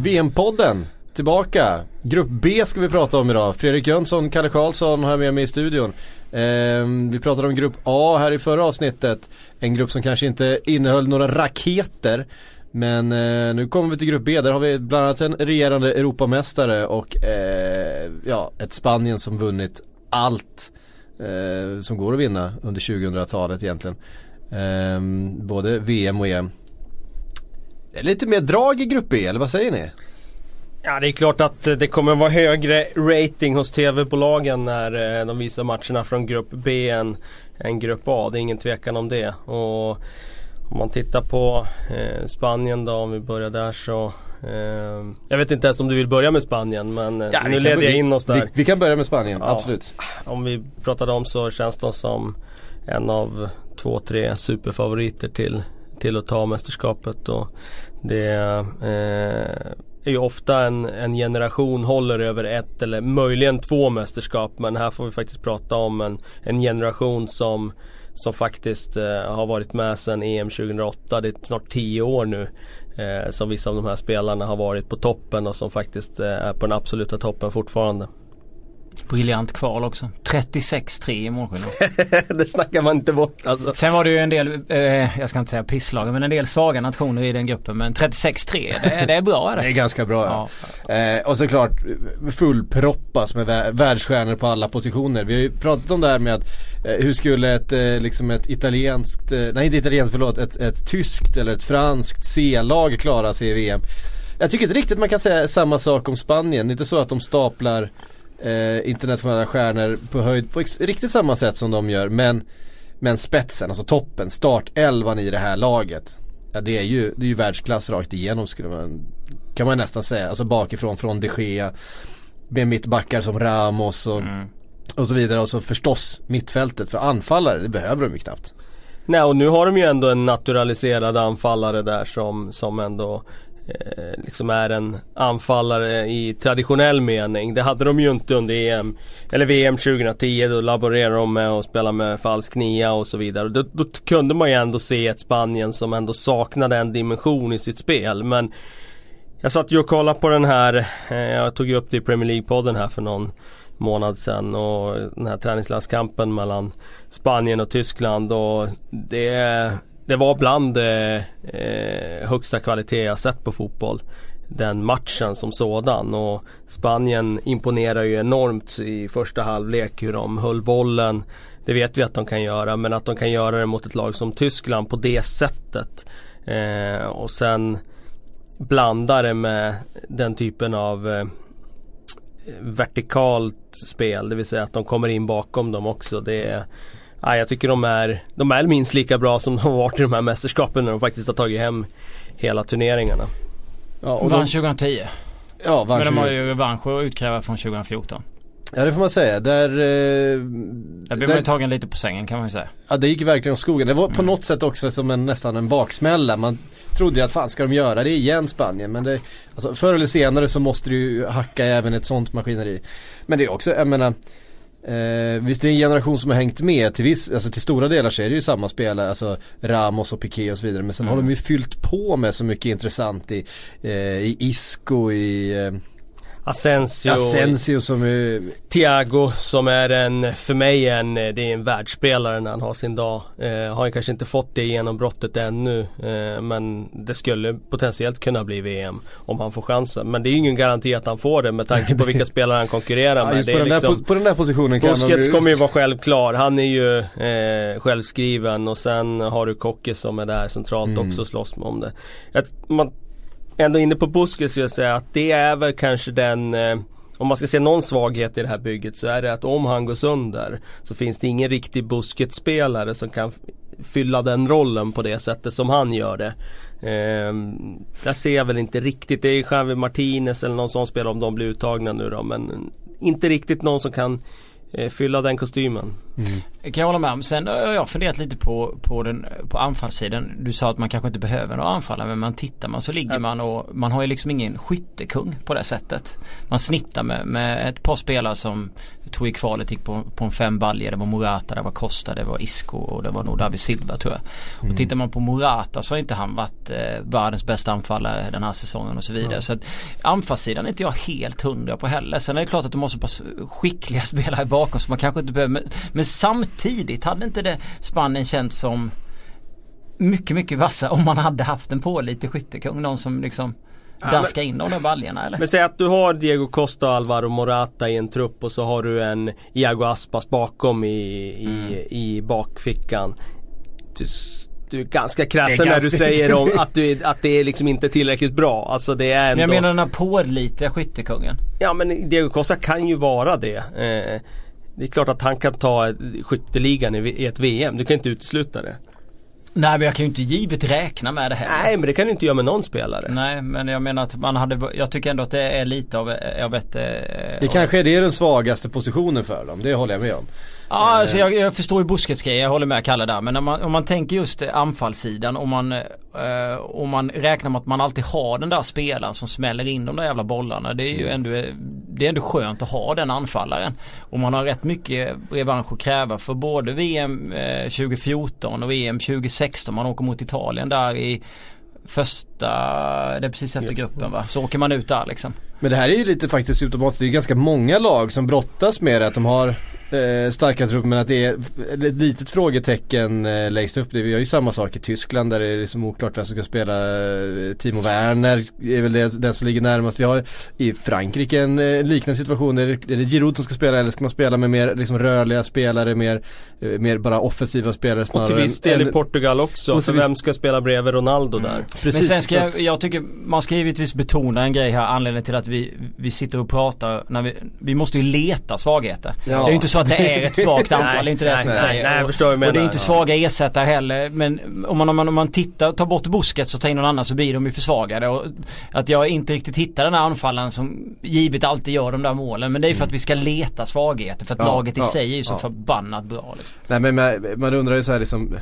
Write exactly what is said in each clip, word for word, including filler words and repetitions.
V M-podden tillbaka. Grupp B ska vi prata om idag. Fredrik Jönsson, Kalle Karlsson har med mig i studion. eh, Vi pratade om grupp A här i förra avsnittet. En grupp som kanske inte innehöll några raketer. Men eh, nu kommer vi till grupp B. Där har vi bland annat en regerande Europamästare och eh, ja, ett Spanien som vunnit allt eh, som går att vinna under tjugohundratalet egentligen. eh, Både V M och E M. Det är lite mer drag i grupp B, eller vad säger ni? Ja, det är klart att det kommer vara högre rating hos tv-bolagen när de visar matcherna från grupp B än, än grupp A. Det är ingen tvekan om det. Och om man tittar på eh, Spanien då, om vi börjar där så... Eh, jag vet inte ens om du vill börja med Spanien, men ja, nu leder jag in oss där. Vi, vi kan börja med Spanien, ja, absolut. Om vi pratade om så känns de som en av två, tre superfavoriter till, till att ta mästerskapet. Och det eh, är ju ofta en, en generation håller över ett eller möjligen två mästerskap, men här får vi faktiskt prata om en, en generation som som faktiskt eh, har varit med sedan E M tjugohundraåtta. Det är snart tio år nu eh, som vissa av de här spelarna har varit på toppen och som faktiskt eh, är på den absoluta toppen fortfarande. Briljant kval också. trettiosex tre i målskillnad. Det snackar man inte bort alltså. Sen var det ju en del, eh, jag ska inte säga pisslagen, men en del svaga nationer i den gruppen. Men trettiosex tre, det, det är bra. Är det? Det är ganska bra, ja. Ja. Eh, och såklart fullproppas med vä- världsstjärnor på alla positioner. Vi har ju pratat om det här med att eh, hur skulle ett, eh, liksom ett italienskt, eh, nej inte italienskt, förlåt, ett, ett tyskt eller ett franskt C-lag klara sig i V M. Jag tycker inte riktigt man kan säga samma sak om Spanien. Det är inte så att de staplar Eh, internationella stjärnor på höjd på ex- riktigt samma sätt som de gör, men, men spetsen, alltså toppen, startelvan i det här laget, ja, det är ju, det är ju världsklass rakt igenom, skulle man, kan man nästan säga, alltså bakifrån från De Gea med mittbackar som Ramos och, mm. och så vidare, och så förstås mittfältet, för anfallare, det behöver de ju knappt. Nej, och nu har de ju ändå en naturaliserad anfallare där som, som ändå Eh, liksom är en anfallare i traditionell mening. Det hade de ju inte under E M eller V M tjugohundratio. Då laborerade de med att spela med falsk nia och så vidare. Då, då kunde man ju ändå se ett Spanien som ändå saknade en dimension i sitt spel. Men jag satt ju och kollade på den här, eh, jag tog ju upp det i Premier League-podden här för någon månad sedan, och den här träningslandskampen mellan Spanien och Tyskland, och det Det var bland eh, högsta kvalitet jag sett på fotboll, den matchen som sådan. Och Spanien imponerar ju enormt i första halvlek, hur de höll bollen. Det vet vi att de kan göra, men att de kan göra det mot ett lag som Tyskland på det sättet. Eh, och sen blanda det med den typen av eh, vertikalt spel, det vill säga att de kommer in bakom dem också. Det är Ja, jag tycker de är, de är minst lika bra som de har varit i de här mästerskapen när de faktiskt har tagit hem hela turneringarna. Ja, och vann tjugohundratio. Ja, vann. Men de har ju revansch att utkräva från tjugohundrafjorton. Ja, det får man säga. Där, eh, där blev man ju tagen lite på sängen, kan man ju säga. Ja, det gick verkligen åt skogen. Det var på mm. något sätt också som en, nästan en baksmälla. Man trodde ju att fan ska de göra det igen, Spanien. Men det, alltså, förr eller senare så måste du ju hacka även ett sånt maskineri. Men det är också, jag menar... Eh, visst är det en generation som har hängt med till, viss, alltså till stora delar, så är det ju samma spelare, alltså Ramos och Piqué och så vidare, men sen mm. har de ju fyllt på med så mycket intressant i, eh, i Isco, i eh, Asensio, Asensio som är... Thiago som är en, för mig en, det är en världsspelare när han har sin dag. Eh, har ju kanske inte fått det genombrottet ännu, eh, men det skulle potentiellt kunna bli V M om han får chansen. Men det är ju ingen garanti att han får det med tanke på vilka spelare han konkurrerar ja, med. Just det på, är den liksom, där, på, på den där positionen kan Busquets just... kommer ju vara självklar. Han är ju eh, självskriven, och sen har du Koke som är där centralt mm. också och slåss om det. Att man ändå inne på Busquets skulle jag säga att det är väl kanske den, eh, om man ska se någon svaghet i det här bygget, så är det att om han går sönder så finns det ingen riktig Busquets-spelare som kan f- fylla den rollen på det sättet som han gör det. Eh, jag ser väl inte riktigt, det är Javi Martinez eller någon sån spelare om de blir uttagna nu då, men inte riktigt någon som kan eh, fylla den kostymen. Mm. Kan jag hålla med om. Sen har jag funderat lite på, på, den, på anfallssidan. Du sa att man kanske inte behöver några anfallare, men man tittar man så ligger ja. man och man har ju liksom ingen skyttekung på det sättet. Man snittar med, med ett par spelare som jag tror i kvalet gick på, på en fem baljer. Det var Morata, det var Costa, det var Isco och det var nog David Silva tror jag. Mm. Och tittar man på Morata så har inte han varit eh, världens bästa anfallare den här säsongen och så vidare. Ja. Så att anfallssidan är inte jag helt hundra på heller. Sen är det klart att de måste pass skickliga spelare bakom så man kanske inte behöver. Men, men samtidigt hade inte det Spanien känt som mycket, mycket vassa om man hade haft en pålitlig skyttekung. Någon som liksom ja, daskar in de där baljerna eller? Men säg att du har Diego Costa, Alvaro Morata i en trupp och så har du en Iago Aspas bakom i, i, mm. i bakfickan. Du, du är ganska krass när du säger om att, du, att det är liksom inte tillräckligt bra. Alltså det är ändå... Men jag menar den här pålitliga skyttekungen. Ja, men Diego Costa kan ju vara det. Eh, det är klart att han kan ta skytteligan i, i ett V M. Du kan inte utesluta det. Nej, men jag kan ju inte givet räkna med det här. Nej, men det kan du inte göra med någon spelare. Nej, men jag menar att man hade, jag tycker ändå att det är lite av, jag vet Det av, kanske är det den svagaste positionen för dem, det håller jag med om. Ja, alltså jag, jag förstår ju Busquets grej, jag håller med Kalle där. Men om man, om man tänker just anfallssidan, om man, eh, om man räknar med att man alltid har den där spelaren som smäller in de där jävla bollarna. Det är ju ändå, det är ändå skönt att ha den anfallaren. Och man har rätt mycket revansch att kräva för både V M eh, tjugo fjorton och V M tjugo sexton. Man åker mot Italien där i första, det är precis efter gruppen va? Så åker man ut där liksom. Men det här är ju lite faktiskt symptomatiskt. Det är ganska många lag som brottas med det, att de har eh, starka trupper, men att det är ett litet frågetecken eh, längst upp. Vi har ju samma sak i Tyskland där det är liksom oklart vem som ska spela. eh, Timo Werner är väl det, den som ligger närmast. Vi har i Frankrike en eh, liknande situation. Är det, är det Giroud som ska spela eller ska man spela med mer liksom, rörliga spelare, mer, eh, mer bara offensiva spelare snarare? Och till viss del i Portugal också. För vem ska spela bredvid Ronaldo mm. där? Precis, men sen ska jag, jag tycker man ska givetvis betona en grej här, anledningen till att vi, vi sitter och pratar när vi, vi måste ju leta svagheter. Ja. Det är ju inte så att det är ett svagt anfall, det är inte det nej, som nej, säger. Nej, jag förstår och, och det är inte svaga ersättare heller, men om man, om man, om man tittar, tar bort Busquets och tar in någon annan så blir de ju försvagade. Och att jag inte riktigt hittar den här anfallen som givet alltid gör de där målen, men det är ju för att vi ska leta svagheter, för att ja, laget i ja, sig är ju så ja. förbannat bra liksom. Nej, men man, man undrar ju så här liksom,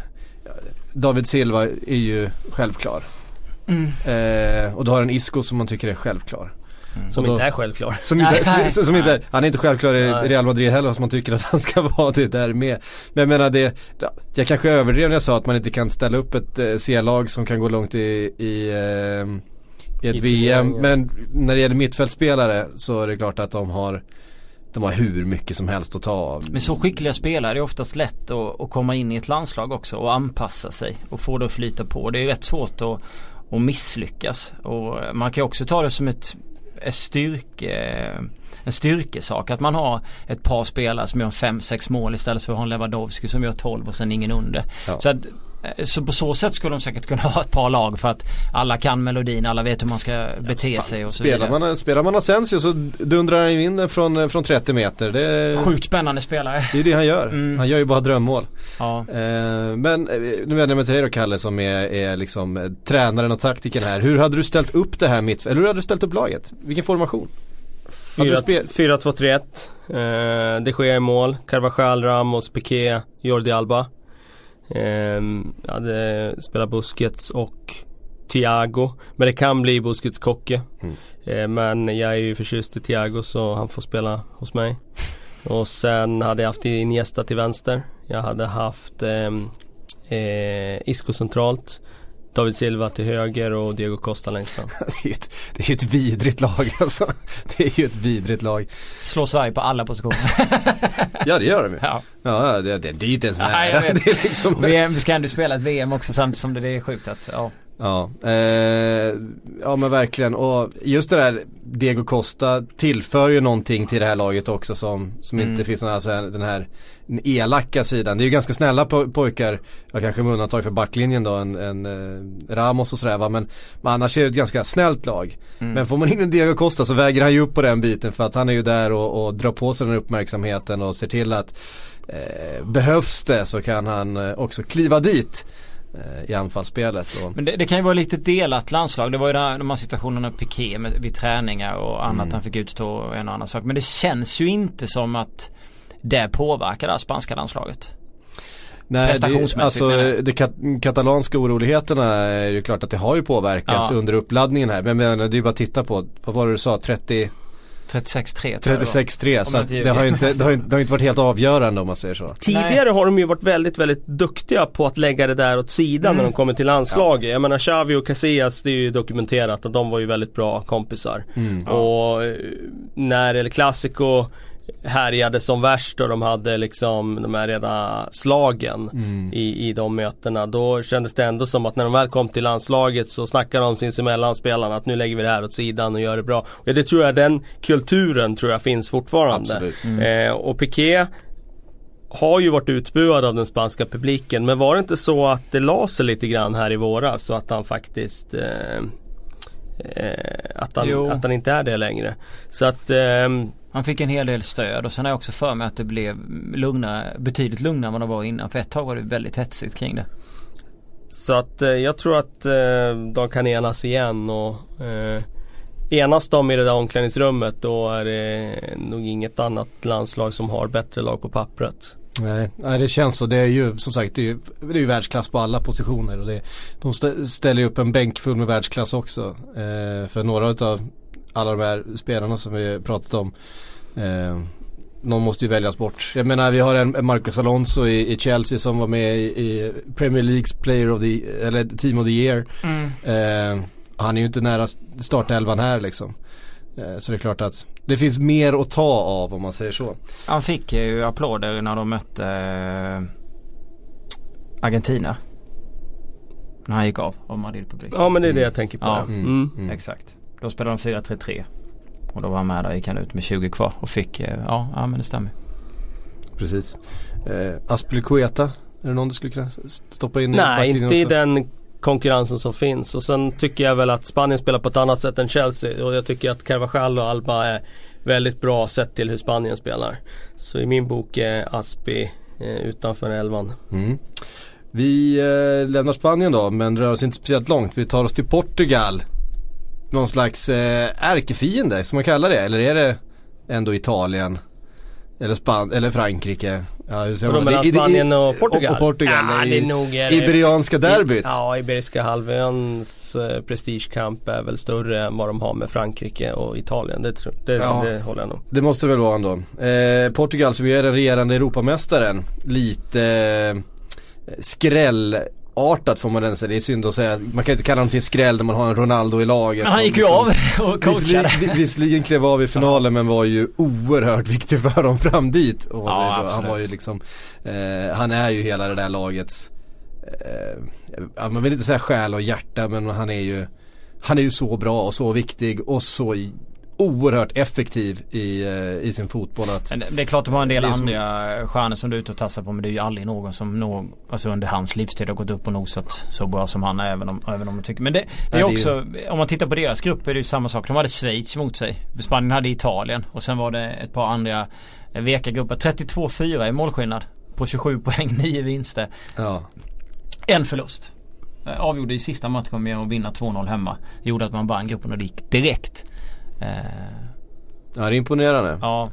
David Silva är ju självklar. Mm. Eh, och då har en Isco som man tycker är självklar. Mm. Som då, inte är självklar. Som inte, nej, som, som inte, han är inte självklar i nej. Real Madrid heller, som man tycker att han ska vara det där med. Men jag menar det, jag kanske överdrev när jag sa att man inte kan ställa upp ett eh, C-lag som kan gå långt i, i, eh, i ett I V M. Men när det gäller mittfältspelare så är det klart att de har De har hur mycket som helst att ta av. Men så skickliga spelare är det oftast lätt att, att komma in i ett landslag också och anpassa sig och få det att flyta på. Det är rätt svårt att, att misslyckas. Och man kan också ta det som ett, ett styrke, en styrkesak att man har ett par spelare som gör fem sex mål istället för att ha en Lewandowski som gör tolv och sen ingen under. Ja. Så att Så på så sätt skulle de säkert kunna ha ett par lag för att alla kan melodin, alla vet hur man ska bete ja, sig och så spelar vidare. Man, spelar man Asensio så dundrar han in från, från trettio meter. Det är sjukt spännande spelare. Det är det han gör. Mm. Han gör ju bara drömmål. Ja. Eh, men nu vänder jag mig till dig då, Kalle, som är, är liksom tränaren och taktiken här. Hur hade du ställt upp det här mitt, eller hur hade du ställt upp laget? Vilken formation? fyra två tre ett eh, Det sker i mål. Carvajal, Ramos, Piqué, Jordi Alba. Um, jag hade spelat Busquets och Thiago, men det kan bli Busquets Kocke. Mm. uh, Men jag är ju förtjust i Thiago, så han får spela hos mig. Och sen hade jag haft Iniesta till vänster. Jag hade haft um, uh, Isco centralt, David Silva till höger och Diego Costa längst fram. Det är ju ett, det är ett vidrigt lag alltså. Det är ju ett vidrigt lag. Slår Sverige på alla positioner. Ja, det gör de ju. Ja, ja det, det, det är ju inte ens nära. Det är liksom... vi, vi ska ändå spela ett V M också samtidigt som det, det är sjukt att, ja. Ja, eh, ja men verkligen. Och just det där, Diego Costa tillför ju någonting till det här laget också som, som mm. inte finns någon, alltså, den här den elaka sidan. Det är ju ganska snälla po- pojkar, jag kanske med undantag för backlinjen då, en, en eh, Ramos och sådär va, men, men annars är det ett ganska snällt lag. Mm. Men får man in en Diego Costa så väger han ju upp på den biten, för att han är ju där och, och drar på sig den uppmärksamheten och ser till att eh, behövs det så kan han eh, också kliva dit i anfallsspelet. Och... Men det, det kan ju vara lite delat landslag. Det var ju där, de här situationerna Piqué med, vid träningar och annat, mm. han fick utstå en och annan sak. Men det känns ju inte som att det påverkar det spanska landslaget. Nej, det, alltså de kat- katalanska oroligheterna är ju klart att det har ju påverkat ja. under uppladdningen här. Men, men det är ju bara att titta på, vad var det du sa, trettio trettiosex tre trettiosex tre så att det, har inte, det, har inte, det har inte varit helt avgörande om man säger så. Tidigare Nej. har de ju varit väldigt, väldigt duktiga på att lägga det där åt sidan mm. när de kommer till landslaget. Ja. Jag menar Xavi och Casillas, det är ju dokumenterat att de var ju väldigt bra kompisar. Mm. Och när El Clasico härjade som värst och de hade liksom de här reda slagen mm. i, i de mötena, då kändes det ändå som att när de väl kom till landslaget så snackade de sinsemellan spelarna att nu lägger vi det här åt sidan och gör det bra. Och det tror jag, den kulturen tror jag finns fortfarande. Mm. Eh, och Piqué har ju varit utbuad av den spanska publiken, men var det inte så att det la sig lite grann här i våras så att han faktiskt eh, eh, att, han, att han inte är det längre. Så att eh, han fick en hel del stöd, och sen har jag också för mig att det blev lugna, betydligt lugnare än vad det var innan. För ett tag var det väldigt hetsigt kring det. Så att eh, jag tror att eh, de kan enas igen, och eh, enas de i det där omklädningsrummet, då är det nog inget annat landslag som har bättre lag på pappret. Nej, nej, det känns så. Det är ju som sagt, det är ju, det är ju världsklass på alla positioner, och det, de ställer ju upp en bänk full med världsklass också. Eh, för några av alla de här spelarna som vi pratat om, eh, någon måste ju väljas bort. Jag menar, vi har en, en Marcos Alonso i, i Chelsea som var med i, i Premier Leagues Player of the, eller Team of the Year. Mm. Eh, han är ju inte nära startelvan här liksom. Eh, så det är klart att det finns mer att ta av, om man säger så. Han fick ju applåder när de mötte eh, Argentina. När han gick av av Madrid-publiken. Ja, men det är det jag tänker på. Ja, mm. Mm. Mm. Exakt. Då spelade de fyra tre tre. Och då var han med där, gick han ut med tjugo kvar och fick, ja, ja men det stämmer. Precis. Eh, Azpilicueta, är det någon du skulle kunna stoppa in? Nej, i inte i den konkurrensen som finns. Och sen tycker jag väl att Spanien spelar på ett annat sätt än Chelsea. Och jag tycker att Carvajal och Alba är väldigt bra sett till hur Spanien spelar. Så i min bok är Aspi eh, utanför elvan. Mm. Vi eh, lämnar Spanien då, men rör oss inte speciellt långt. Vi tar oss till Portugal. Någon slags eh, ärkefiende som man kallar det, eller är det ändå Italien eller Span eller Frankrike? Ja, hur säger man? Mellan Spanien och Portugal. Och Portugal ja, i, det är nog är Iberianska derbyt. Ja, Iberiska halvöns eh, prestigekamp är väl större än vad de har med Frankrike och Italien. Det, det, ja, det håller jag nog. Det måste väl vara ändå. Eh, Portugal som är den regerande Europamästaren, lite eh, skräll artat får man den säga. Det är synd att säga. Man kan inte kalla dem till skräll när man har en Ronaldo i laget. Men han gick ju av och coachade. Visserligen klev av i finalen, men var ju oerhört viktig för dem fram dit. Och ja, han var ju liksom eh, han är ju hela det där lagets eh, man vill inte säga själ och hjärta, men han är ju han är ju så bra och så viktig och så oerhört effektiv i, i sin fotboll. Att det, det är klart att det var en del andra som stjärnor som du ute och tassar på, men det är ju aldrig någon som någon, alltså under hans livstid har gått upp och nosat så bra som han är, även om, även om man tycker. Men det, det är Nej, också, det är ju... om man tittar på deras grupp är det ju samma sak. De hade Schweiz mot sig. Spanien hade Italien och sen var det ett par andra veka grupper. trettiotvå fyra i målskillnad på tjugosju poäng, nio vinster. Ja. En förlust. Avgjorde i sista matchen med att vinna två noll hemma. Gjorde att man vann gruppen och det gick direkt. Ja, det är imponerande. Ja.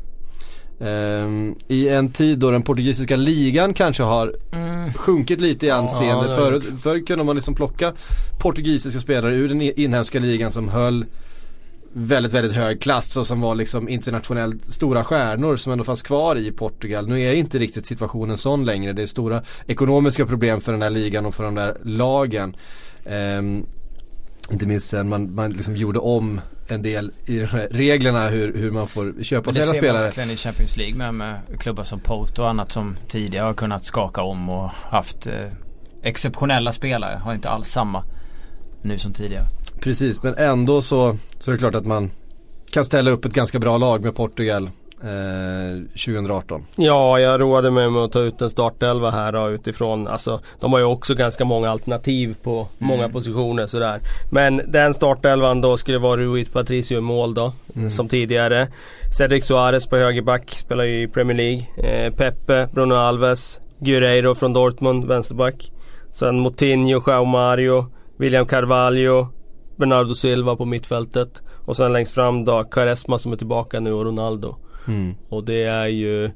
Um, I en tid då den portugisiska ligan kanske har mm. sjunkit lite i anseende. Ja, förut, förut kunde man liksom plocka portugisiska spelare ur den inhemska ligan som höll väldigt, väldigt hög klass och som var liksom internationellt stora stjärnor som ändå fanns kvar i Portugal. Nu är inte riktigt situationen sån längre. Det är stora ekonomiska problem för den här ligan och för de där lagen. Um, inte minst sen man, man liksom gjorde om en del i de här reglerna hur, hur man får köpa sina spelare. Det ser man verkligen i Champions League med, med klubbar som Porto och annat som tidigare har kunnat skaka om och haft eh, exceptionella spelare. Har inte alls samma nu som tidigare. Precis, men ändå så, så är det klart att man kan ställa upp ett ganska bra lag med Portugal eh, tjugo arton. Ja, jag roade mig med att ta ut en startelva här då, utifrån, alltså de har ju också ganska många alternativ på mm. många positioner sådär. Men den startelvan då skulle vara Rui Patricio i mål då, mm. som tidigare. Cedric Suarez på högerback, spelar ju i Premier League. eh, Pepe, Bruno Alves, Guerreiro från Dortmund, vänsterback. Sen Moutinho, João Mario, William Carvalho, Bernardo Silva på mittfältet. Och sen längst fram då Quaresma som är tillbaka nu och Ronaldo. Mm. Och det är ju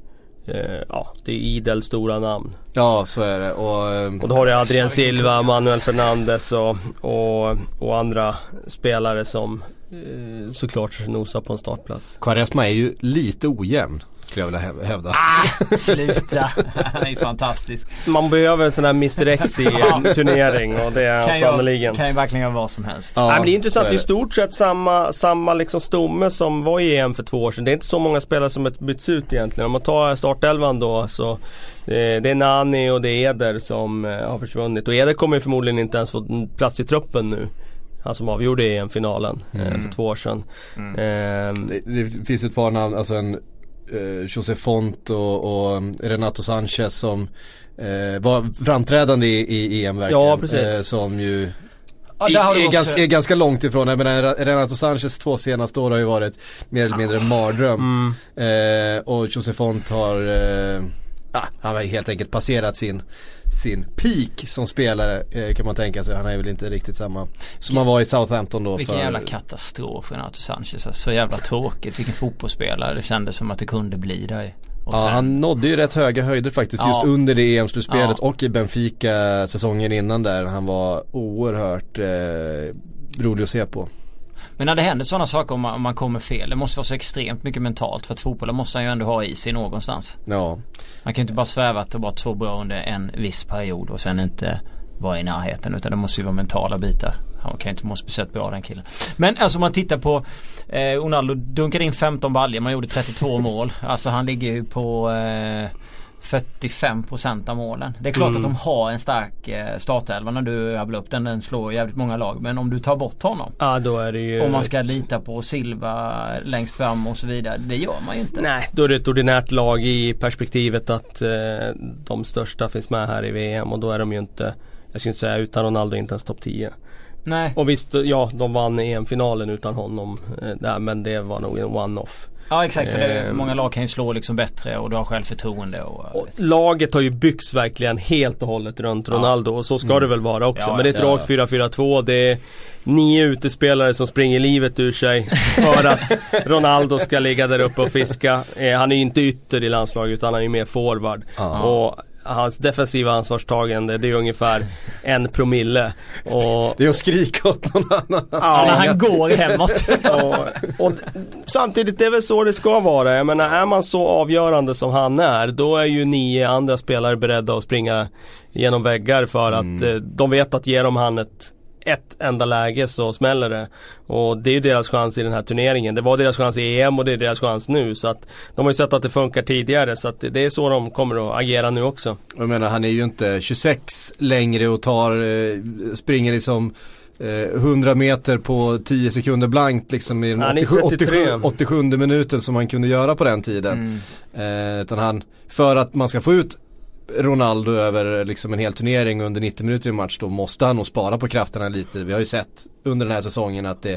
eh, ja, det är idel stora namn. Ja, så är det. Och, och då har du Adrian Silva, Manuel Fernandes och, och, och andra spelare som eh, såklart nosar på en startplats. Quaresma är ju lite ojämn, skulle jag vilja hävda. Ah, sluta, han är ju fantastisk. Man behöver en sån här mister X i en turnering och det är kan sannoliken. Jag, kan ju verkligen vara vad som helst. Ja, Nej, men det är intressant, det är i stort sett samma, samma liksom stomme som var i E M för två år sedan. Det är inte så många spelare som ett byts ut egentligen. Om man tar startelvan då så eh, det är Nani och det är Eder som eh, har försvunnit. Och Eder kommer ju förmodligen inte ens få plats i truppen nu. Han som avgjorde E M-finalen mm. eh, för två år sedan. Mm. Eh, det, det finns ett par namn, alltså en Uh, José Font och, och Renato Sanchez som uh, var framträdande i, i E M verkligen. Ja, precis. Uh, som ju ja, i, är, ganska, är ganska långt ifrån. Jag menar, Renato Sanchez två senaste år har ju varit mer eller mindre en mardröm. Mm. Uh, och José Font har uh, ah, han har helt enkelt passerat sin sin peak som spelare eh, kan man tänka sig. Han är väl inte riktigt samma som han var i Southampton då. Vilken för... jävla katastrof för Renato Sanchez. Så jävla tråkigt. Vilken fotbollsspelare. Det kändes som att det kunde bli det. Och ja, sen... han nådde ju rätt höga höjder faktiskt ja. just under det E M-slutspelet ja. och i Benfica säsongen innan där. Han var oerhört eh, rolig att se på. Men när det händer sådana saker om man, om man kommer fel, det måste vara så extremt mycket mentalt, för att fotbollen måste han ju ändå ha i sig någonstans. Ja. Man kan ju inte bara sväva att det varit så bra under en viss period och sen inte vara i närheten, utan det måste ju vara mentala bitar. Han kan ju inte må speciellt bra, den killen. Men alltså om man tittar på eh, Ronaldo dunkade in femton baljor, man gjorde trettiotvå mål. Alltså han ligger ju på eh, fyrtiofem procent av målen. Det är klart mm. att de har en stark eh, startelva när du rabblar upp den. Den slår jävligt många lag. Men om du tar bort honom, ja, då är det ju om man ska lita på Silva längst fram och så vidare, det gör man ju inte. Nej, då är det ett ordinärt lag i perspektivet att eh, de största finns med här i V M, och då är de ju inte, jag skulle inte säga utan Ronaldo, inte ens topp tio. Nej. Och visst, ja, de vann E M-finalen utan honom eh, där, men det var nog en one-off. Ja, exakt, för det, många lag kan ju slå liksom bättre och du har självförtroende och, och laget har ju byggts verkligen helt och hållet runt Ronaldo, ja. Och så ska mm. det väl vara också, ja, men det är ett ja, rakt fyra fyra två, det är nio utespelare som springer livet ur sig för att Ronaldo ska ligga där uppe och fiska. eh, han är ju inte ytter i landslaget utan han är ju mer forward, ja. Och hans defensiva ansvarstagande, det är ungefär en promille. Och det är att skrika åt någon annan. Ja, när han går hemåt. och, och samtidigt det är väl så det ska vara. Jag menar, är man så avgörande som han är, då är ju nio andra spelare beredda att springa genom väggar för att mm. eh, de vet att ger de han ett ett enda läge så smäller det. Och det är ju deras chans i den här turneringen. Det var deras chans i E M och det är deras chans nu. Så att de har ju sett att det funkar tidigare. Så att det är så de kommer att agera nu också. Jag menar, han är ju inte tjugosex längre och tar eh, springer liksom eh, hundra meter på tio sekunder blankt liksom i den åttiosju, åttiosju, åttiosjunde minuten som man kunde göra på den tiden. Mm. Eh, utan han, för att man ska få ut Ronaldo över liksom en hel turnering under nittio minuter i match, då måste han nog spara på krafterna lite. Vi har ju sett under den här säsongen att det,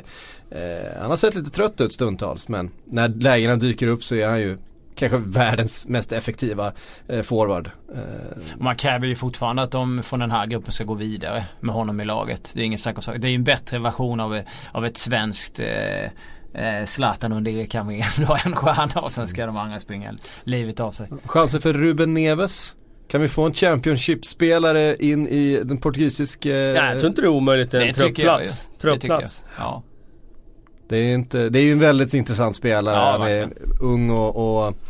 eh, han har sett lite trött ut stundtals, men när lägena dyker upp så är han ju kanske världens mest effektiva eh, forward. Eh. Man kräver ju fortfarande att de från den här gruppen ska gå vidare med honom i laget. Det är ingen snack om sak. Det är ju en bättre version av, av ett svenskt eh, Eh, Zlatan under Erik Hamrén. Du har en stjärna och sen ska de andra springa livet av sig. Chansen för Ruben Neves. Kan vi få en Championship-spelare in i den portugisiska... Nej, jag tror inte det är omöjligt. En truppplats. Truppplats. Ja. Det är, inte, det är ju en väldigt intressant spelare. Ja, han är ung och... och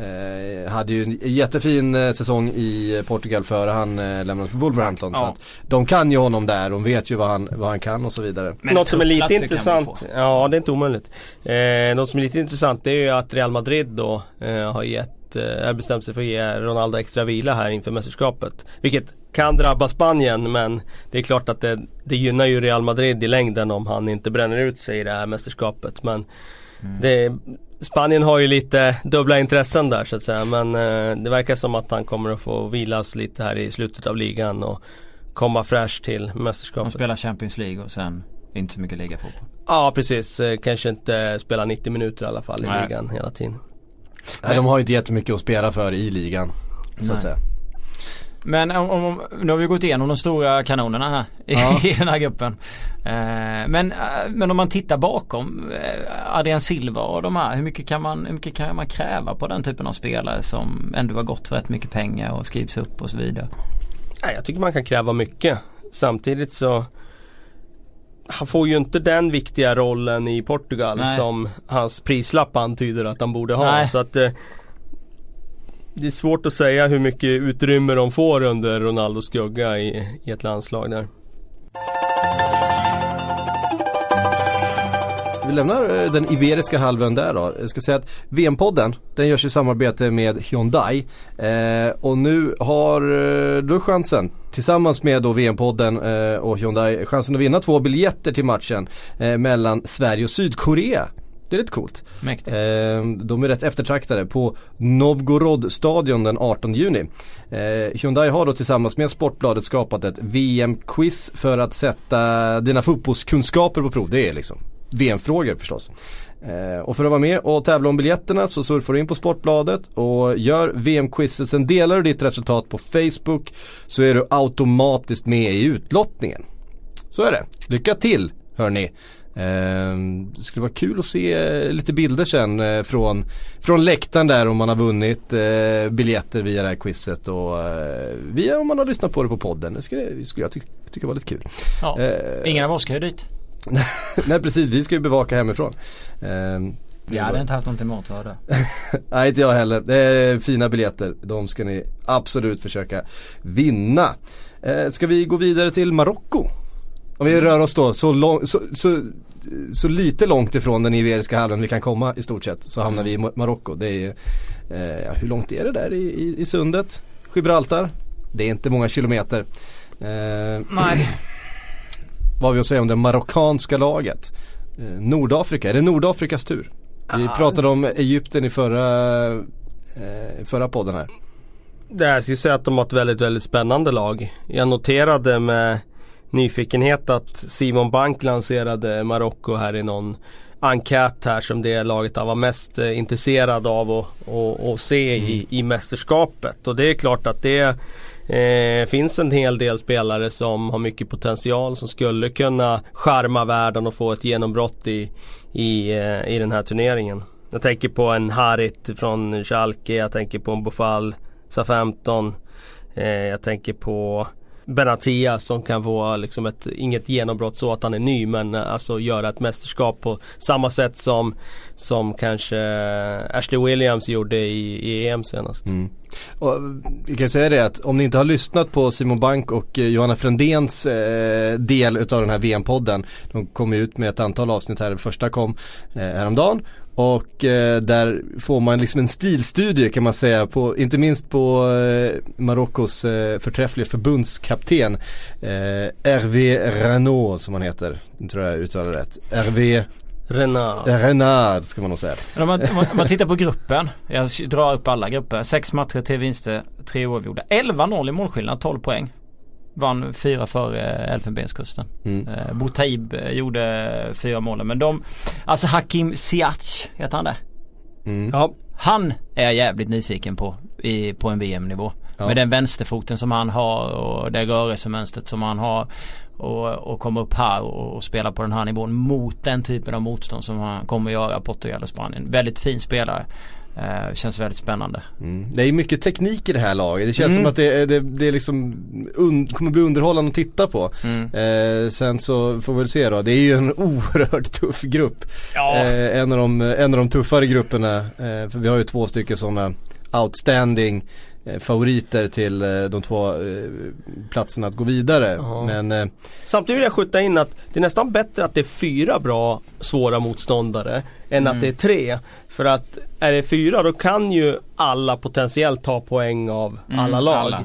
Eh, hade ju en jättefin eh, säsong i Portugal före han eh, lämnade för Wolverhampton, ja. Så att de kan ju honom där, de vet ju vad han, vad han kan och så vidare. Men något som är lite intressant, ja det är inte omöjligt, eh, något som är lite intressant det är ju att Real Madrid då eh, har gett, eh, bestämt sig för att ge Ronaldo extra vila här inför mästerskapet, vilket kan drabba Spanien, men det är klart att det, det gynnar ju Real Madrid i längden om han inte bränner ut sig i det här mästerskapet, men mm. det Spanien har ju lite dubbla intressen där så att säga, men eh, det verkar som att han kommer att få vilas lite här i slutet av ligan och komma fräsch till mästerskapet. Han spelar Champions League och sen inte så mycket ligafotboll. Ja, precis. Eh, kanske inte spela nittio minuter i alla fall i Nej. ligan hela tiden. Nej, de har ju inte jättemycket att spela för i ligan så att säga. Men om, om, nu har vi gått igenom de stora kanonerna här i, ja. i den här gruppen. Eh, men, men om man tittar bakom eh, Adrian Silva och de här, hur mycket kan man, hur mycket kan man kräva på den typen av spelare som ändå har gått för rätt mycket pengar och skrivs upp och så vidare? Nej, jag tycker man kan kräva mycket. Samtidigt så han får ju inte den viktiga rollen i Portugal Nej. som hans prislapp antyder att han borde ha. Nej. Så att eh, det är svårt att säga hur mycket utrymme de får under Ronaldos skugga i, i ett landslag där. Vi lämnar den iberiska halvön där då. Jag ska säga att V M-podden, den görs i samarbete med Hyundai. Eh, och nu har du chansen, tillsammans med då V M-podden eh, och Hyundai, chansen att vinna två biljetter till matchen eh, mellan Sverige och Sydkorea. Det är rätt coolt. Mäktigt. Eh, de är rätt eftertraktade på Novgorod-stadion den artonde juni. Eh, Hyundai har då tillsammans med Sportbladet skapat ett V M-quiz för att sätta dina fotbollskunskaper på prov. Det är liksom V M-frågor förstås. Eh, och för att vara med och tävla om biljetterna så surfar du in på Sportbladet och gör V M-quizet. Sen delar du ditt resultat på Facebook, så är du automatiskt med i utlottningen. Så är det. Lycka till, hörni. Eh, det skulle vara kul att se lite bilder sen eh, från, från läktaren där, om man har vunnit eh, biljetter via det här quizet, och eh, via om man har lyssnat på det på podden. Det skulle, det skulle jag ty- tycka var lite kul. Ja, eh, ingen av oss ska ju dit. Nej, precis, vi ska ju bevaka hemifrån. eh, Jag hade inte haft något emot att höra. Nej, inte jag heller. Det är fina biljetter. De ska ni absolut försöka vinna. eh, Ska vi gå vidare till Marocko? Om vi rör oss då så, lång, så, så, så lite långt ifrån den iberiska halvön vi kan komma i stort sett, så hamnar vi i Marocko. Det är, eh, hur långt är det där i, i, i sundet? Gibraltar? Det är inte många kilometer. eh, Nej. Vad vill jag säga om det marockanska laget? Eh, Nordafrika, är det Nordafrikas tur? Vi pratade om Egypten i förra, eh, förra podden här. Det här ska jag säga att de har ett väldigt, väldigt spännande lag. Jag noterade med nyfikenhet att Simon Bank lanserade Marocko här i någon enkät här som det laget var mest eh, intresserad av att och, och se mm. i, i mästerskapet. Och det är klart att det eh, finns en hel del spelare som har mycket potential, som skulle kunna charma världen och få ett genombrott i, i, eh, i den här turneringen. Jag tänker på en Harit från Schalke, jag tänker på en Bofal S femton, eh, jag tänker på Benatia som kan få liksom ett, inget genombrott så att han är ny, men alltså göra ett mästerskap på samma sätt som, som kanske Ashley Williams gjorde i, i E M senast. Mm. Och vi kan säga det att om ni inte har lyssnat på Simon Bank och eh, Johanna Frändéns eh, del utav den här V M-podden, de kom ut med ett antal avsnitt här, det första kom eh, häromdagen. Och eh, där får man liksom en stilstudie kan man säga, på, inte minst på eh, Marockos eh, förträffliga förbundskapten eh, Hervé Renard som han heter, jag tror jag uttalar rätt. Hervé Renard. Renard ska man nog säga. Om man, om man tittar på gruppen, jag drar upp alla grupper, sex matcher, tre vinster, tre oavgjorda, elva noll i målskillnad, tolv poäng. Vann fyra före Elfenbenskusten. Mm. Eh, Boutaib gjorde fyra mål. Men de, alltså Hakim Ziyech heter han det. Mm. Ja. Han är jag jävligt nyfiken på i, på en V M-nivå. Ja. Med den vänsterfoten som han har och det rörelsemönstret som han har, och, och komma upp här och, och spela på den här nivån mot den typen av motstånd som han kommer att göra Portugal och Spanien. Väldigt fin spelare. Uh, känns väldigt spännande. Mm. Det är mycket teknik i det här laget. Det känns mm. som att det, det, det är liksom un, kommer bli underhållande att titta på. Mm. Uh, sen så får vi väl se då. Det är ju en oerhört tuff grupp. Ja. Uh, en, av de, en av de tuffare grupperna. Uh, för vi har ju två stycken sådana outstanding eh, favoriter till eh, de två eh, platserna att gå vidare. Ja. Men eh, samtidigt vill jag skjuta in att det är nästan bättre att det är fyra bra svåra motståndare än mm. att det är tre. För att är det fyra då kan ju alla potentiellt ta poäng av mm, alla lag. Alla.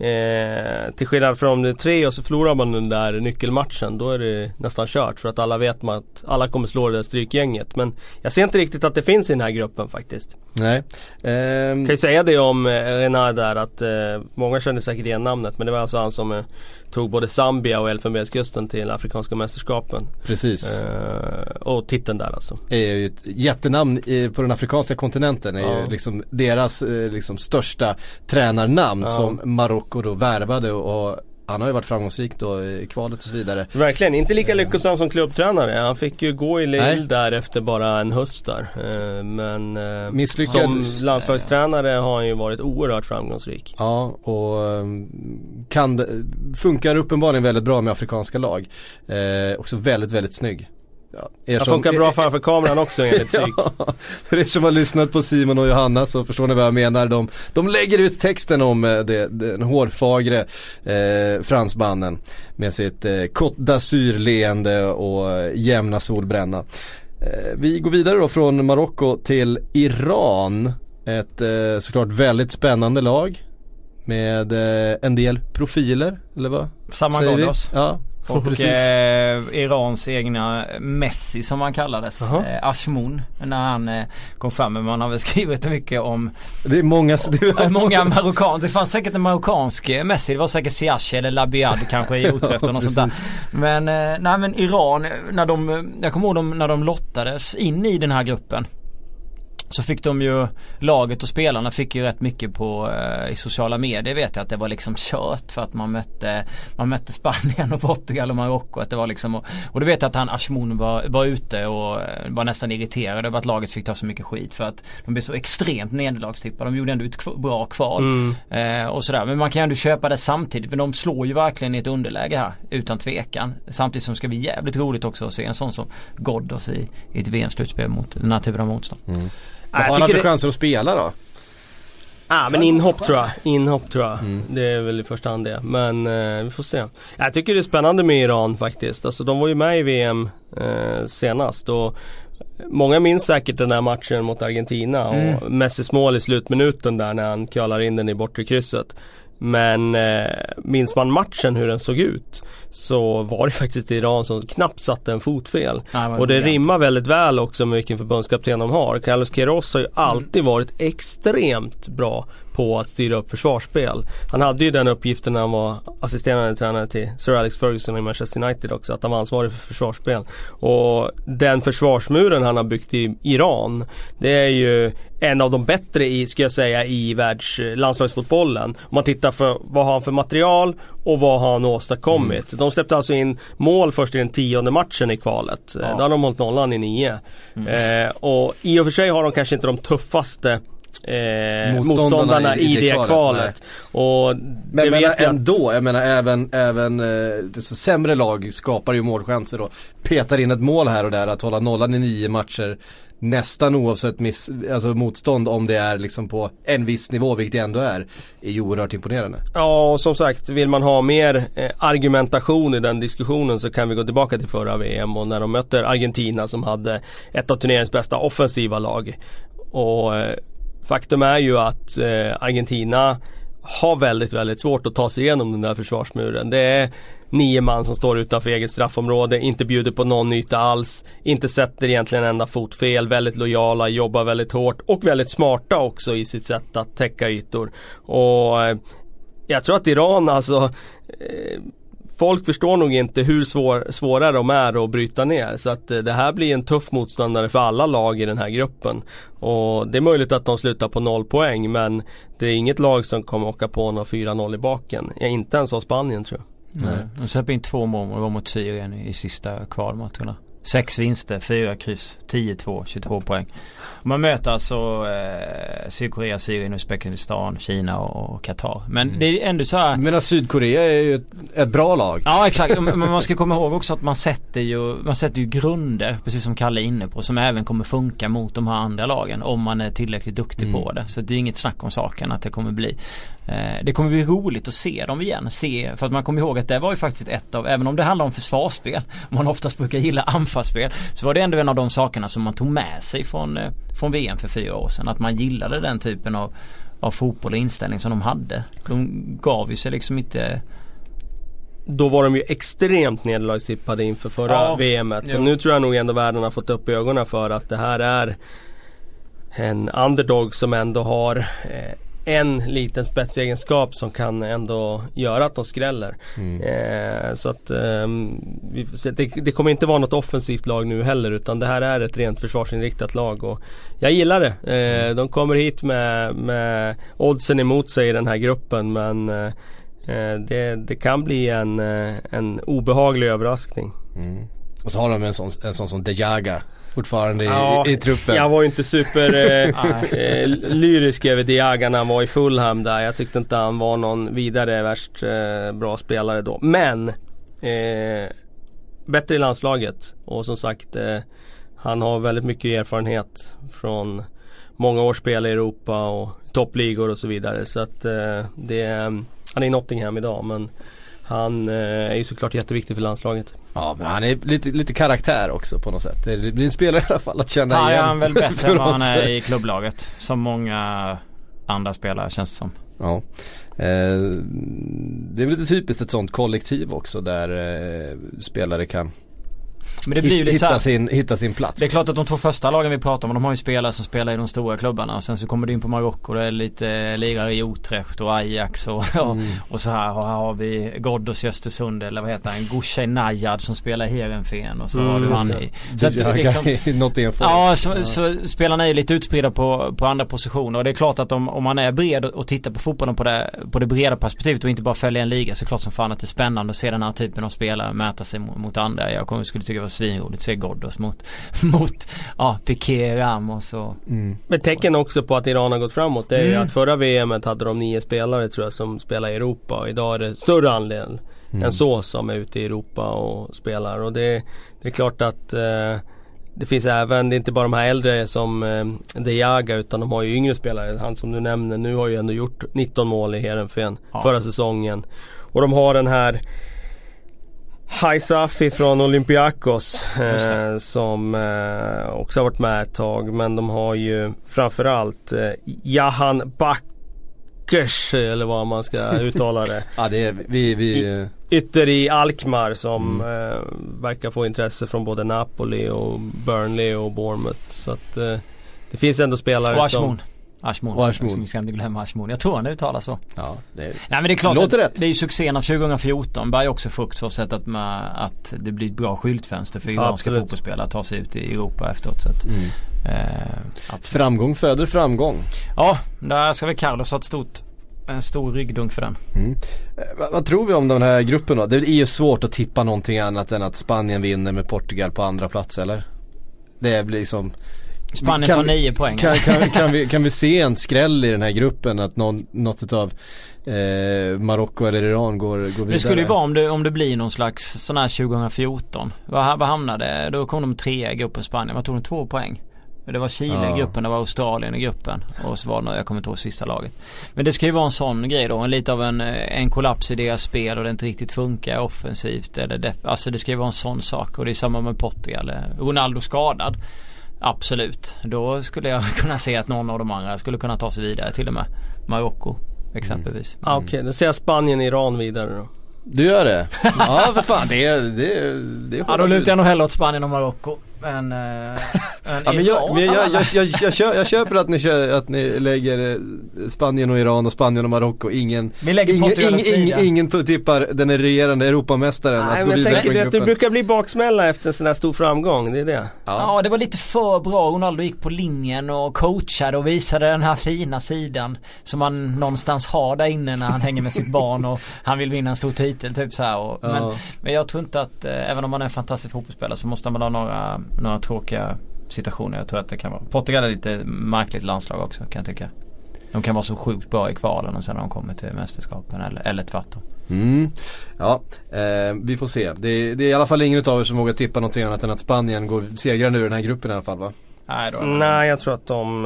Eh, till skillnad från om det är tre och så förlorar man den där nyckelmatchen, då är det nästan kört, för att alla vet man att alla kommer slå det där strykgänget. Men jag ser inte riktigt att det finns i den här gruppen faktiskt. Nej. Eh, kan ju säga det om eh, Renard där, att eh, många känner säkert igen namnet, men det var alltså han som eh, tog både Zambia och Elfenbenskusten till afrikanska mästerskapen. Precis. Eh, och titeln där alltså. Det är ju ett jättenamn i, på den afrikanska kontinenten, är ja. ju liksom deras eh, liksom största tränarnamn ja. som Marocko då värvade och han har ju varit framgångsrik då i kvalet och så vidare. Verkligen, inte lika lyckosam som klubbtränare. Han fick ju gå i Lille där efter bara en höst där. Men misslyckad som landslagstränare har han ju varit oerhört framgångsrik. Ja, och kan det, funkar uppenbarligen väldigt bra med afrikanska lag. Eh, också väldigt, väldigt snygg. Ja, det funkar bra framför kameran också enligt psyk. Ja, för er som har lyssnat på Simon och Johanna så förstår ni vad jag menar. De, de lägger ut texten om det, den hårfagre eh, fransmannen med sitt eh, Côte d'Azur-leende och jämna solbränna. Eh, vi går vidare då från Marocko till Iran. Ett eh, såklart väldigt spännande lag med eh, en del profiler, eller vad? Samma Ghoddos. Ja. Och eh, Irans egna Messi som han kallades, eh, Ashmoun, när han eh, kom fram. Men man har väl skrivit mycket om det är många, det är många marockaner. Det fanns säkert en marockansk Messi. Det var säkert Siache eller Labiad kanske i Utrecht och sånt där. Men, eh, nej, men Iran, när de, jag kommer ihåg dem, när de lottades in i den här gruppen, så fick de ju, laget och spelarna fick ju rätt mycket på eh, i sociala medier, vet jag, att det var liksom kört för att man mötte man mötte Spanien och Portugal och Marocko, att det var liksom, och, och du vet att han Ashmoun var, var ute och var nästan irriterad över att laget fick ta så mycket skit för att de blev så extremt nederlagstippade. De gjorde ändå ett kv- bra kval mm. eh, och sådär, men man kan ju ändå köpa det samtidigt, för de slår ju verkligen i ett underläge här, utan tvekan, samtidigt som ska bli jävligt roligt också att se en sån som Ghoddos i, i ett V M-slutspel mot den här typen av motstånd. Mm. Vad har han för chanser att spela då? Ah, men inhopp tror jag. Inhopp tror jag. Mm. Det är väl i första hand det. Men eh, vi får se. Jag tycker det är spännande med Iran faktiskt. Alltså de var ju med i V M eh, senast. Och många minns säkert den där matchen mot Argentina. Mm. Och Messis mål i slutminuten där när han köllar in den i bortre krysset. Men eh, minns man matchen hur den såg ut, så var det faktiskt Iran som knappt satte en fot fel. Ja, och det rimmar väldigt väl också med vilken förbundskapten de har. Carlos Queiroz har ju alltid varit extremt bra på att styra upp försvarsspel. Han hade ju den uppgiften när han var assisterande tränare till Sir Alex Ferguson i Manchester United också, att han var ansvarig för försvarsspel. Och den försvarsmuren han har byggt i Iran, det är ju en av de bättre i, ska jag säga, i världslandslagsfotbollen. Om man tittar för vad har han för material och vad har han åstadkommit. Mm. De släppte alltså in mål först i den tionde matchen i kvalet. Ja. Då har de hållit nollan i nio. Mm. Eh, och i och för sig har de kanske inte de tuffaste Eh, motståndarna, motståndarna i, i det, det kvalet, kvalet. Och men det men vet ändå, att... jag menar även, även eh, det så sämre lag skapar ju målchanser och petar in ett mål här och där. Att hålla nollan i nio matcher nästan oavsett miss, alltså motstånd, om det är liksom på en viss nivå, vilket det ändå är, är ju oerhört imponerande. Ja, och som sagt, vill man ha mer eh, argumentation i den diskussionen, så kan vi gå tillbaka till förra V M och när de möter Argentina som hade ett av turneringens bästa offensiva lag. Och eh, faktum är ju att eh, Argentina har väldigt, väldigt svårt att ta sig igenom den där försvarsmuren. Det är nio man som står utanför eget straffområde, inte bjuder på någon yta alls, inte sätter egentligen enda fot fel, väldigt lojala, jobbar väldigt hårt och väldigt smarta också i sitt sätt att täcka ytor. Och eh, jag tror att Iran, alltså eh, folk förstår nog inte hur svår, svåra de är att bryta ner. Så att det här blir en tuff motståndare för alla lag i den här gruppen. Och det är möjligt att de slutar på noll poäng, men det är inget lag som kommer åka på någon fyra noll i baken. Jag inte ens av Spanien, tror jag. Nej. De släpper in två mål och det var mot Syrien i sista kvalmatcherna. Sex vinster, fyra kryss, tio två, tjugotvå poäng. Man möter alltså eh, Sydkorea, Syrien, Uzbekistan, Kina och Qatar. Men mm. det är ändå så här. Men Sydkorea är ju ett, ett bra lag. Ja, exakt. Men man ska komma ihåg också att man sätter ju man sätter ju grunder, precis som Kalle är inne på, som även kommer funka mot de här andra lagen om man är tillräckligt duktig mm. på det. Så det är inget snack om saken att det kommer bli eh, det kommer bli roligt att se dem igen. Se, för att man kommer ihåg att det var ju faktiskt ett av, även om det handlar om försvarsspel, man oftast brukar gilla anfallsspel, så var det ändå en av de sakerna som man tog med sig från eh, från V M för fyra år sedan, att man gillade den typen av, av fotboll och inställning som de hade. De gav ju sig liksom inte. Då var de ju extremt nederlagstippade inför förra ja, V M-et. Och nu tror jag nog ändå världen har fått upp ögonen för att det här är en underdog som ändå har eh, en liten spetsegenskap som kan ändå göra att de skräller. Mm. Eh, så att eh, vi, det, det kommer inte vara något offensivt lag nu heller, utan det här är ett rent försvarsinriktat lag och jag gillar det. Eh, de kommer hit med, med oddsen emot sig i den här gruppen, men eh, eh, det, det kan bli en, eh, en obehaglig överraskning. Mm. Och så har de en sån, en sån som De Jaga fortfarande i, ja, i, i truppen. Jag var ju inte super eh, eh, lyrisk över De Jaga när han var i Fulham där. Jag tyckte inte han var någon vidare värst eh, bra spelare då. Men eh, bättre i landslaget. Och som sagt, eh, han har väldigt mycket erfarenhet från många års spel i Europa och toppligor och så vidare. Så att eh, det, han är i Nottingham idag, men han eh, är ju såklart jätteviktig för landslaget. Ja, men han är lite, lite karaktär också på något sätt. Det blir en spelare i alla fall att känna ja, igen. Ja, han är väl bättre än vad han är i klubblaget. Som många andra spelare känns det som. Ja. Eh, det är väl lite typiskt ett sånt kollektiv också där eh, spelare kan Men det blir ju lite hitta, så sin, hitta sin plats. Det är klart att de två första lagen vi pratar om, de har ju spelare som spelar i de stora klubbarna. Och sen så kommer du in på Marocko, det är lite lirare i Utrecht och Ajax och, mm. och, och så här. Och här har vi Ghoddos i Östersund, eller vad heter han, Gouche Najad som spelar i Heerenveen. Och så mm, har du han i så att det liksom, ja, så, ja. Så spelarna är ju lite utspridda på, på andra positioner. Och det är klart att om, om man är bred och, och tittar på fotbollen på det, på det breda perspektivet och inte bara följer en liga, så klart som fan att det är spännande att se den här typen av spelare mäta sig mot, mot andra. Jag kommer, skulle tycka det var svinroligt att se Ghoddos mot, mot ja, Piqué, Ramos och... Mm. Men tecken också på att Iran har gått framåt, det är mm. ju att förra V M:et hade de nio spelare tror jag som spelar i Europa, och idag är det större andel mm. än så som är ute i Europa och spelar, och det, det är klart att eh, det finns även, det är inte bara de här äldre som eh, De Jaga, utan de har ju yngre spelare. Han som du nämner nu har ju ändå gjort nitton mål i Heerenveen ja. förra säsongen, och de har den här Haisafi från Olympiakos eh, som eh, också har varit med ett tag, men de har ju framförallt eh, Jahan Bakkers, eller vad man ska uttala det. Ja, det är vi, vi... I, ytter i Alkmaar som mm. eh, verkar få intresse från både Napoli och Burnley och Bournemouth, så att eh, det finns ändå spelare och som Ashmoon. Ashmoon. Vi ska inte glömma Ashmoon. Jag tror han uttalar så. Ja, det är... Nej, men det är klart låter att rätt. Det är ju succén av tjugo fjorton. Bär också frukt så sätt att, man, att det blir ett bra skyltfönster för iranska ja, fotbollsspelare att ta sig ut i Europa efteråt. Så att, mm. eh, framgång föder framgång. Ja, där ska vi Carlos ha ett stort, en stor ryggdunk för den. Mm. Eh, vad tror vi om den här gruppen då? Det är ju svårt att tippa någonting annat än att Spanien vinner med Portugal på andra plats, eller? Det blir liksom... Spanien tar nio poäng. Kan, kan, kan, vi, kan vi se en skräll i den här gruppen att någon, något av eh, Marocko eller Iran går, går vidare? Det skulle ju vara om det, om det blir någon slags sån här tjugo fjorton. Vad, vad hamnade? Då kom de tre i gruppen Spanien. Vad tog de? Två poäng. Det var Chile ja. i gruppen, det var Australien i gruppen. Och så var det, jag kommer inte ihåg sista laget. Men det ska ju vara en sån grej då. En lite av en, en kollaps i deras spel och det inte riktigt funkar offensivt. Eller def- alltså det ska ju vara en sån sak. Och det är samma med Portugal. Ronaldo skadad. Absolut. Då skulle jag kunna se att någon av de andra skulle kunna ta sig vidare, till och med Marocko exempelvis. Mm. Ah, Okej, okay. Då ser jag Spanien Iran vidare då. Du gör det? Ja, vad fan, det är det, det är ja, då lutar jag nog hellre åt Spanien och Marocko. Men, äh, men, ja, men jag, men jag, jag, jag, jag, jag, köper, jag köper att ni, kör, att ni lägger Spanien och Iran och Spanien och Marocko. Ingen, vi lägger ingen, ingen, ingen, ingen tippar den regerande Europamästaren. Nej, att gå vidare på gruppen. Det brukar bli baksmälla efter en sån här stor framgång. Det är det. Ja. ja, det var lite för bra. Ronaldo gick på linjen och coachade och visade den här fina sidan som man någonstans har där inne när han hänger med sitt barn och han vill vinna en stor titel typ så här. Och, ja. men, men jag tror inte att eh, även om man är en fantastisk fotbollsspelare så måste man ha några några tråkiga situationer. Jag tror att det kan vara. Portugal är lite märkligt landslag också, kan jag tycka. De kan vara så sjukt bra i kvalen och sen när de kommer till mästerskapen eller, eller tvärtom. Mm. Ja, eh, vi får se. Det, det är i alla fall ingen av er som vågar tippa någonting annat än att Spanien går segrande ur den här gruppen i alla fall, va? Nej, då Nej jag tror att de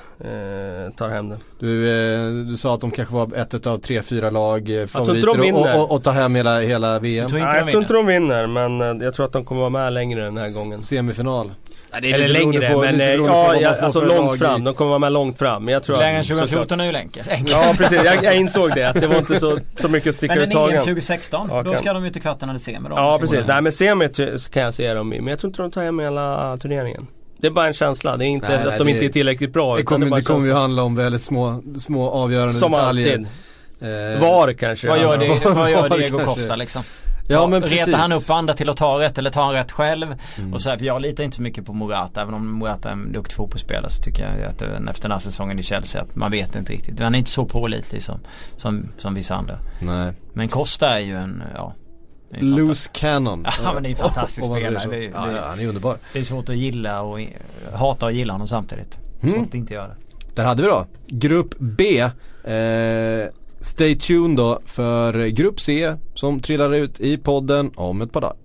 eh, tar hem det. Du, eh, du sa att de kanske var ett av tre, fyra lag eh, favoriter och, och, och tar hem hela, hela V M. Jag tror inte, Nej, jag tror inte de vinner, men eh, jag tror att de kommer vara med längre den här gången. Semifinal. Ja, det är Eller längre, på, men ja, ja, alltså långt fram. De kommer vara med långt fram. Men jag tror längre än tjugo fjorton är ju länkes. Ja, precis. Jag, jag insåg det. Att det var inte så, så mycket stickare uttagen. Men E M tjugo sexton, ja, då ska de ju till kvarten eller semi. Ja, precis. Nej, men semi kan jag se dem i. Men jag tror inte de tar hem hela turneringen. Det är bara en känsla. Det är inte nej, att nej, de inte är tillräckligt bra. Det kommer, det det kommer ju handla om väldigt små, små avgörande som detaljer. Som alltid. Eh, var kanske. Vad gör, det, vad gör Diego Costa liksom? Ja, ta, men retar han precis. upp andra till att ta rätt eller tar han rätt själv? Mm. Och så här, för jag litar inte så mycket på Morata. Även om Morata är en duktig fotbollsspelare, så tycker jag att efter den här säsongen i Chelsea att man vet inte riktigt. Han är inte så pålitlig som, som, som vissa andra. Nej. Men Costa är ju en, ja, är en Loose cannon. Ja, men det är en fantastisk Om man säger spelare. så. Det, det, ja, ja, han är underbar. det är svårt att gilla och hata och gilla honom samtidigt. Mm. Så att inte göra det. Där hade vi då Grupp B. eh, Stay tuned då för Grupp C som trillar ut i podden om ett par dagar.